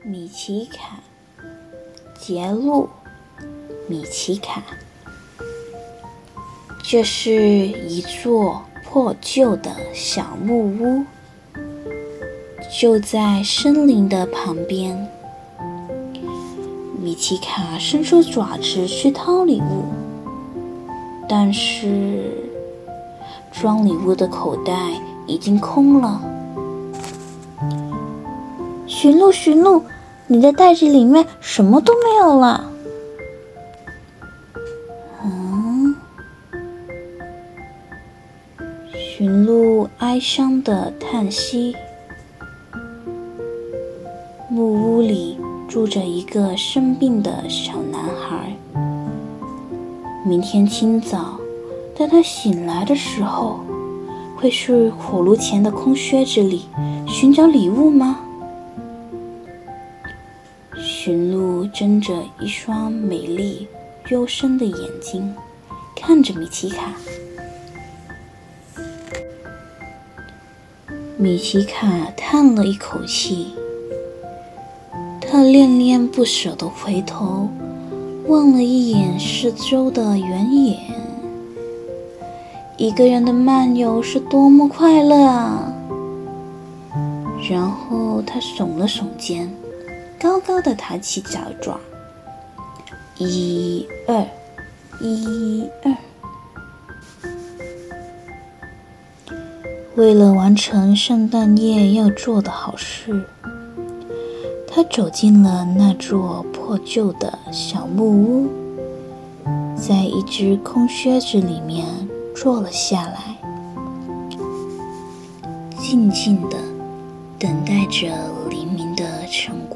米奇卡，杰路，米奇卡。这是一座破旧的小木屋，就在森林的旁边。米奇卡伸出爪子去掏礼物，但是装礼物的口袋已经空了。驯鹿，驯鹿，你的袋子里面什么都没有了。驯鹿哀伤地叹息。木屋里住着一个生病的小男孩。明天清早，当他醒来的时候，会去火炉前的空靴子里寻找礼物吗？驯鹿睁着一双美丽幽深的眼睛，看着米奇卡。米奇卡叹了一口气，他恋恋不舍地回头望了一眼四周的原野。一个人的漫游是多么快乐啊！然后他耸了耸肩，高高的抬起脚爪，1、2，1、2。为了完成圣诞夜要做的好事，他走进了那座破旧的小木屋，在一只空靴子里面坐了下来，静静地等待着黎明的晨光。